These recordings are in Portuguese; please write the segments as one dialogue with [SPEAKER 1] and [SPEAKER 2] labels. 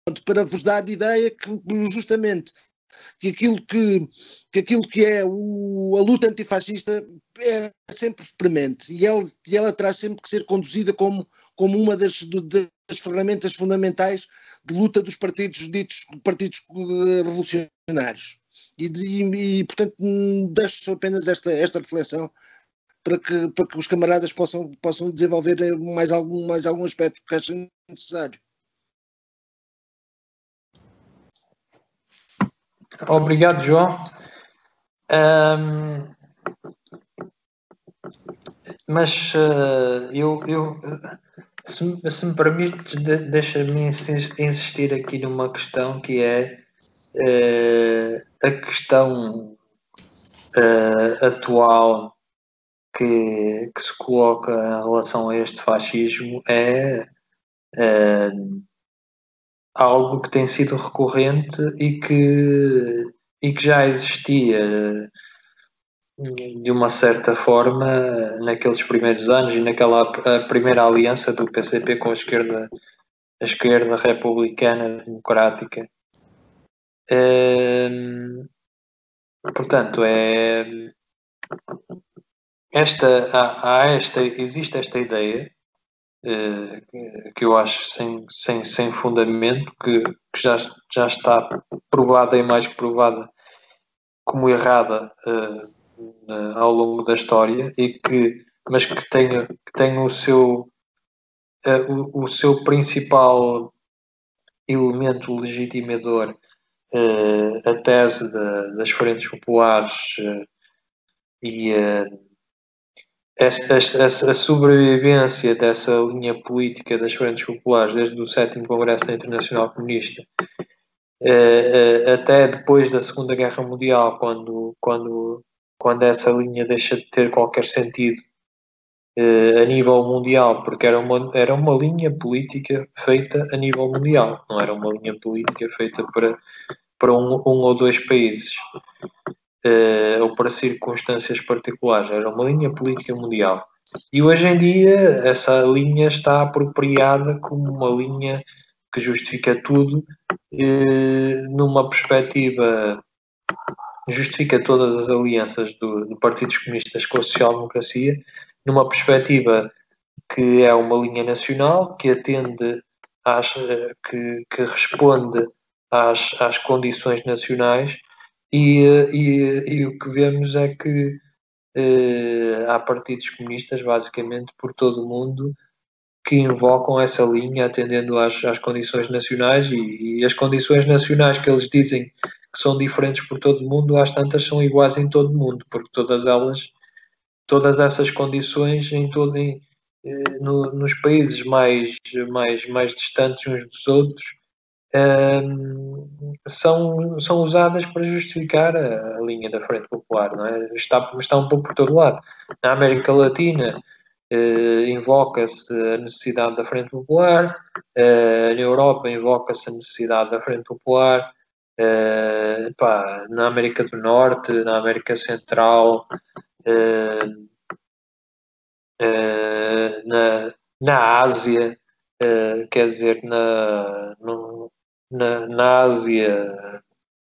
[SPEAKER 1] para vos dar a ideia que justamente que aquilo que é a luta antifascista é sempre premente e ela terá sempre que ser conduzida como uma das ferramentas fundamentais de luta dos partidos ditos partidos revolucionários. E portanto, deixo apenas esta reflexão para que os camaradas possam desenvolver mais algum aspecto que achem necessário.
[SPEAKER 2] Obrigado, João. Mas se me permites, deixa-me insistir aqui numa questão que é a questão atual que se coloca em relação a este fascismo é algo que tem sido recorrente e que já existia de uma certa forma naqueles primeiros anos e naquela primeira aliança do PCP com a esquerda republicana democrática. Portanto, existe esta ideia que eu acho sem fundamento, que já está provada e mais provada como errada ao longo da história, mas que tem o seu principal elemento legitimador, a tese das frentes populares e a sobrevivência dessa linha política das frentes populares desde o 7º Congresso da Internacional Comunista até depois da Segunda Guerra Mundial, quando essa linha deixa de ter qualquer sentido a nível mundial, porque era uma linha política feita a nível mundial, não era uma linha política feita para um ou dois países ou para circunstâncias particulares, era uma linha política mundial. E hoje em dia essa linha está apropriada como uma linha que justifica tudo, numa perspectiva, justifica todas as alianças de partidos comunistas com a social-democracia, numa perspectiva que é uma linha nacional, que atende que responde às condições nacionais, e o que vemos é que há partidos comunistas, basicamente, por todo o mundo, que invocam essa linha atendendo às condições nacionais, e as condições nacionais que eles dizem que são diferentes por todo o mundo, às tantas são iguais em todo o mundo, porque todas essas condições nos países mais distantes uns dos outros são usadas para justificar a linha da Frente Popular, não é? Está um pouco por todo lado. Na América Latina invoca-se a necessidade da Frente Popular, na Europa invoca-se a necessidade da Frente Popular, na América do Norte, na América Central, na Ásia, quer dizer, na Ásia,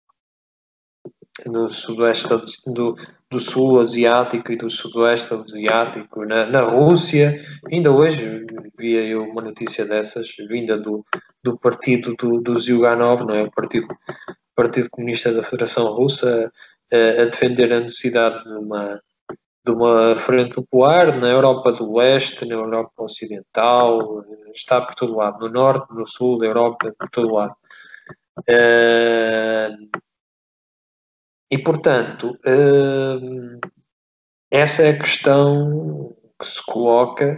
[SPEAKER 2] no sudoeste do sul asiático e do sudoeste asiático, na Rússia. Ainda hoje via eu uma notícia dessas, vinda do partido do Zyuganov, não é? O Partido Comunista da Federação Russa, a defender a necessidade de uma frente popular na Europa do Leste, na Europa Ocidental, está por todo lado, no Norte, no Sul da Europa, por todo lado. E, portanto, essa é a questão que se coloca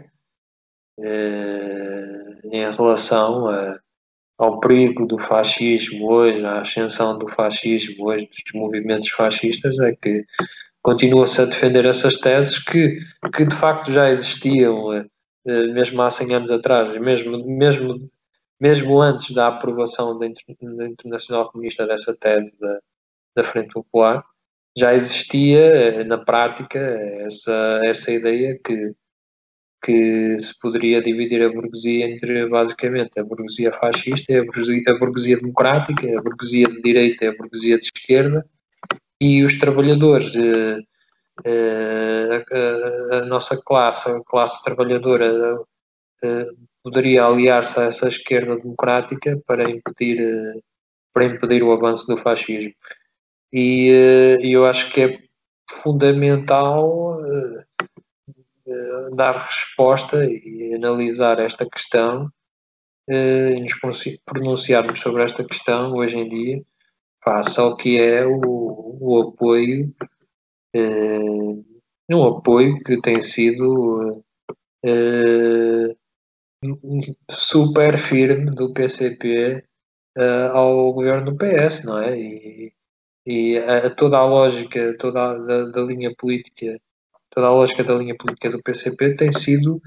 [SPEAKER 2] em relação ao perigo do fascismo hoje, à ascensão do fascismo hoje, dos movimentos fascistas, é que continua-se a defender essas teses que de facto já existiam mesmo há 100 anos atrás, mesmo antes da aprovação da Internacional Comunista dessa tese da Frente Popular, já existia na prática essa ideia que que se poderia dividir a burguesia entre, basicamente, a burguesia fascista, a burguesia democrática, a burguesia de direita e a burguesia de esquerda, e os trabalhadores, a nossa classe, a classe trabalhadora, poderia aliar-se a essa esquerda democrática para impedir o avanço do fascismo. E eu acho que é fundamental dar resposta e analisar esta questão, e nos pronunciarmos sobre esta questão hoje em dia, face ao que é o apoio, um apoio que tem sido super firme do PCP ao governo do PS, não é? E toda a lógica, da linha política, toda a lógica da linha política do PCP tem sido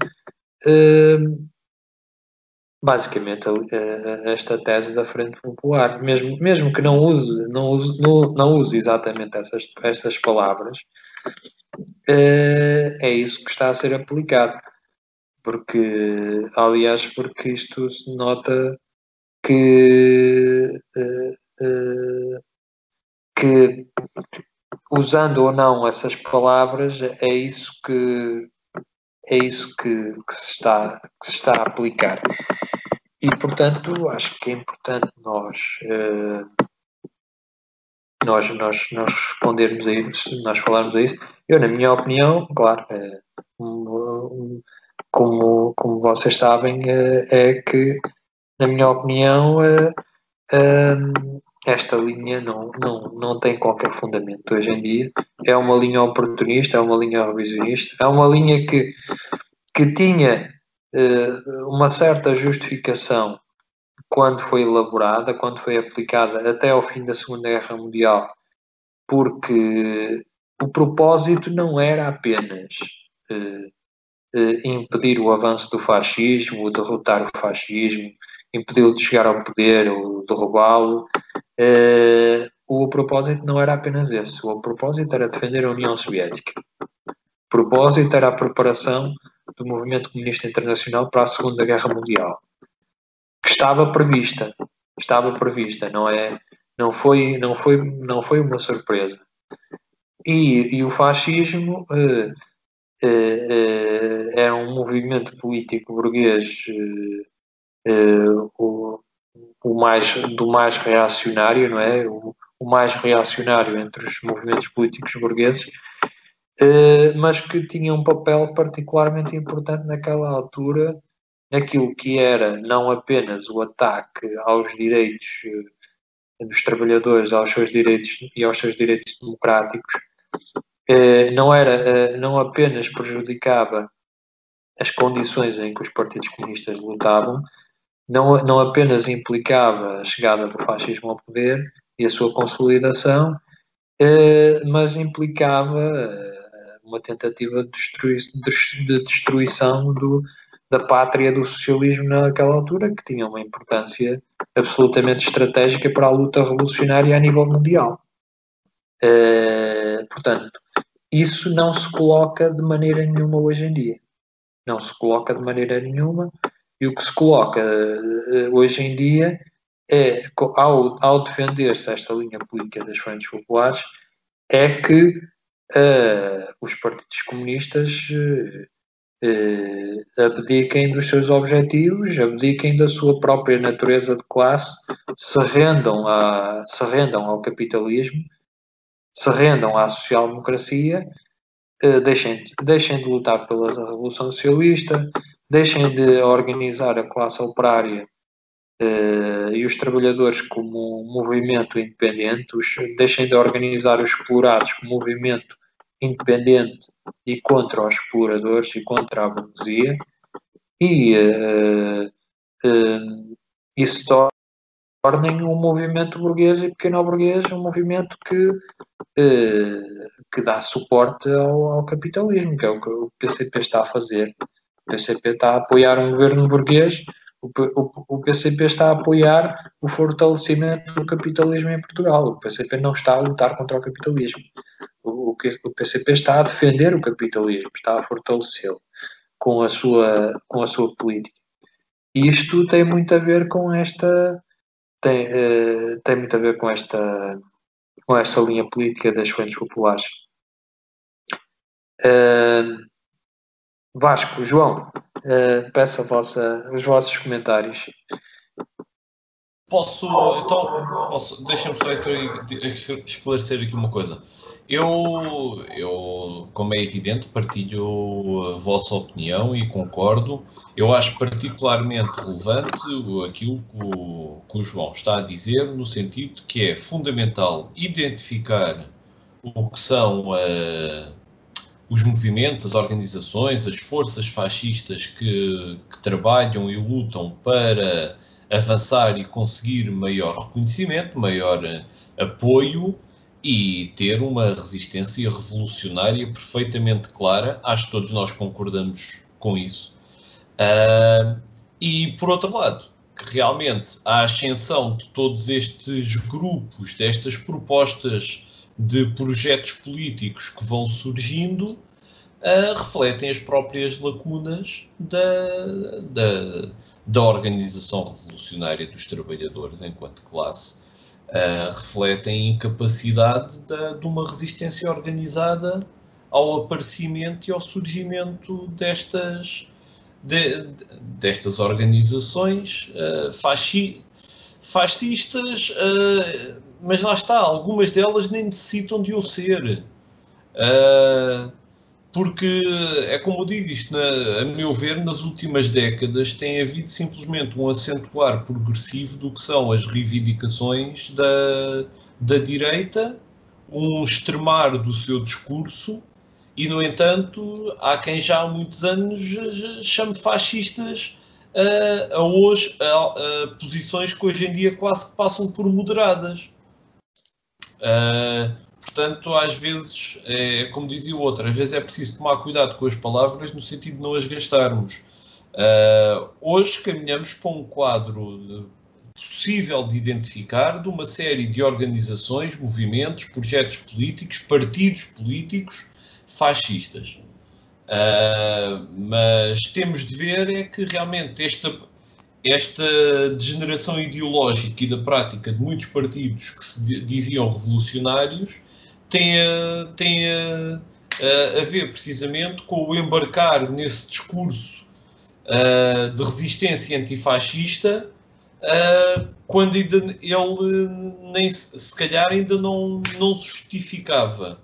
[SPEAKER 2] basicamente esta tese da Frente Popular, mesmo que não use exatamente essas palavras, é isso que está a ser aplicado, porque isto se nota que usando ou não essas palavras é isso que se está a aplicar. E, portanto, acho que é importante nós respondermos a isso, nós falarmos a isso. Eu, na minha opinião, claro, como vocês sabem, é que, na minha opinião, esta linha não tem qualquer fundamento hoje em dia. É uma linha oportunista, é uma linha revisionista, é uma linha que tinha uma certa justificação quando foi elaborada, quando foi aplicada até ao fim da Segunda Guerra Mundial, porque o propósito não era apenas impedir o avanço do fascismo, derrotar o fascismo, impedi-lo de chegar ao poder ou derrubá-lo. O propósito não era apenas esse. O propósito era defender a União Soviética. O propósito era a preparação do movimento comunista internacional para a Segunda Guerra Mundial, que estava prevista, não foi uma surpresa. E o fascismo é um movimento político burguês do mais reacionário, não é? O mais reacionário entre os movimentos políticos burgueses, mas que tinha um papel particularmente importante naquela altura, naquilo que era não apenas o ataque aos direitos dos trabalhadores, aos seus direitos e aos seus direitos democráticos, não apenas prejudicava as condições em que os partidos comunistas lutavam, não apenas implicava a chegada do fascismo ao poder e a sua consolidação, mas implicava uma tentativa de destruição da pátria do socialismo naquela altura, que tinha uma importância absolutamente estratégica para a luta revolucionária a nível mundial. Portanto, isso não se coloca de maneira nenhuma hoje em dia. Não se coloca de maneira nenhuma. E o que se coloca hoje em dia é, ao defender-se esta linha política das frentes populares, é que os partidos comunistas abdiquem dos seus objetivos, abdiquem da sua própria natureza de classe, se rendam ao capitalismo, se rendam à social-democracia, deixem de lutar pela Revolução Socialista, deixem de organizar a classe operária e os trabalhadores como um movimento independente, deixem de organizar os explorados como movimento independente e contra os exploradores e contra a burguesia, e se tornem um movimento burguês e pequeno-burguês, um movimento que dá suporte ao capitalismo, que é o que o PCP está a fazer. O PCP está a apoiar um governo burguês, o PCP está a apoiar o fortalecimento do capitalismo em Portugal. O PCP não está a lutar contra o capitalismo. O PCP está a defender o capitalismo, está a fortalecê-lo. com a sua política. E isto tem muito a ver com esta tem muito a ver com esta linha política das frentes populares. Vasco, João, peço os vossos comentários.
[SPEAKER 3] Deixa-me só esclarecer aqui uma coisa. Eu, como é evidente, partilho a vossa opinião e concordo. Eu acho particularmente relevante aquilo que o João está a dizer, no sentido de que é fundamental identificar o que são os movimentos, as organizações, as forças fascistas que trabalham e lutam para avançar e conseguir maior reconhecimento, maior apoio e ter uma resistência revolucionária perfeitamente clara. Acho que todos nós concordamos com isso. E, por outro lado, que realmente a ascensão de todos estes grupos, destas propostas de projetos políticos que vão surgindo, refletem as próprias lacunas da organização revolucionária dos trabalhadores enquanto classe. Refletem a incapacidade de uma resistência organizada ao aparecimento e ao surgimento destas organizações fascistas, mas lá está, algumas delas nem necessitam de o ser. Porque, é como eu digo, isto, a meu ver, nas últimas décadas tem havido simplesmente um acentuar progressivo do que são as reivindicações da direita, um extremar do seu discurso, e, no entanto, há quem já há muitos anos chame fascistas a posições que hoje em dia quase que passam por moderadas. Portanto, às vezes, como dizia o outro, às vezes é preciso tomar cuidado com as palavras no sentido de não as gastarmos. Hoje caminhamos para um quadro possível de identificar de uma série de organizações, movimentos, projetos políticos, partidos políticos fascistas. Mas temos de ver é que realmente esta degeneração ideológica e da prática de muitos partidos que se diziam revolucionários tem a ver precisamente com o embarcar nesse discurso de resistência antifascista, quando ainda ele nem se calhar ainda não se justificava.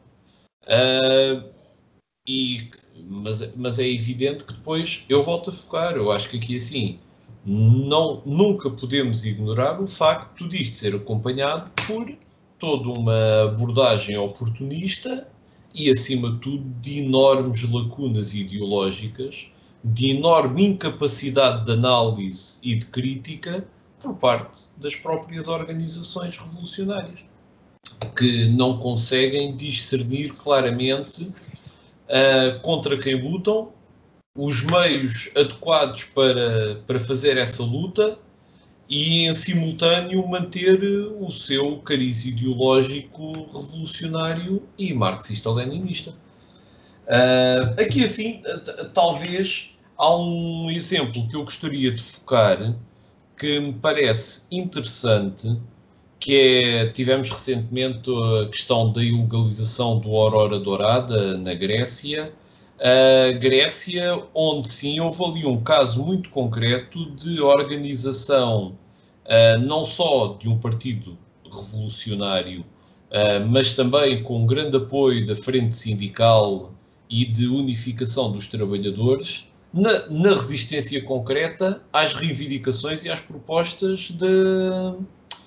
[SPEAKER 3] Mas é evidente que depois eu volto a focar. Eu acho que aqui assim nunca podemos ignorar o facto disto ser acompanhado por toda uma abordagem oportunista e, acima de tudo, de enormes lacunas ideológicas, de enorme incapacidade de análise e de crítica por parte das próprias organizações revolucionárias, que não conseguem discernir claramente contra quem lutam, os meios adequados para fazer essa luta e, em simultâneo, manter o seu cariz ideológico revolucionário e marxista-leninista. Aqui, assim, talvez há um exemplo que eu gostaria de focar que me parece interessante, que tivemos recentemente a questão da ilegalização do Aurora Dourada na Grécia. A Grécia, onde sim houve ali um caso muito concreto de organização não só de um partido revolucionário, mas também com um grande apoio da frente sindical e de unificação dos trabalhadores na resistência concreta às reivindicações e às propostas de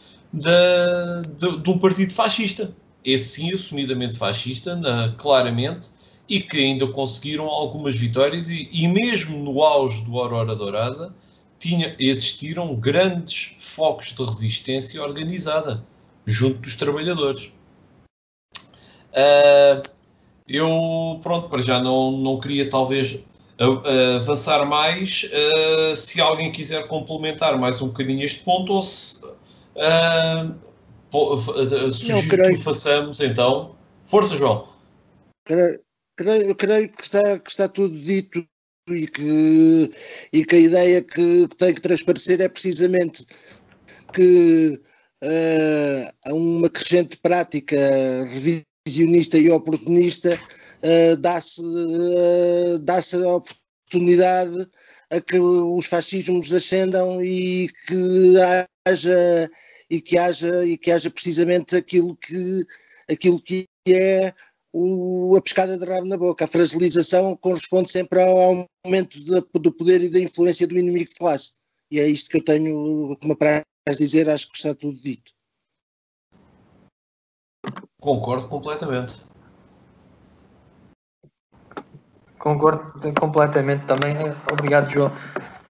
[SPEAKER 3] um partido fascista. Esse sim, assumidamente fascista, claramente, e que ainda conseguiram algumas vitórias e mesmo no auge do Aurora Dourada existiram grandes focos de resistência organizada junto dos trabalhadores. Eu, pronto, para já não queria talvez avançar mais. Se alguém quiser complementar mais um bocadinho este ponto, ou se sugiro que o façamos, então. Força, João.
[SPEAKER 1] Creio que está tudo dito e que a ideia que tem que transparecer é precisamente que uma crescente prática revisionista e oportunista dá-se a oportunidade a que os fascismos ascendam e que haja precisamente aquilo que é a pescada de rabo na boca. A fragilização corresponde sempre ao aumento do poder e da influência do inimigo de classe. E é isto que eu tenho como para dizer, acho que está tudo dito.
[SPEAKER 3] Concordo completamente.
[SPEAKER 2] Concordo completamente também. Obrigado, João.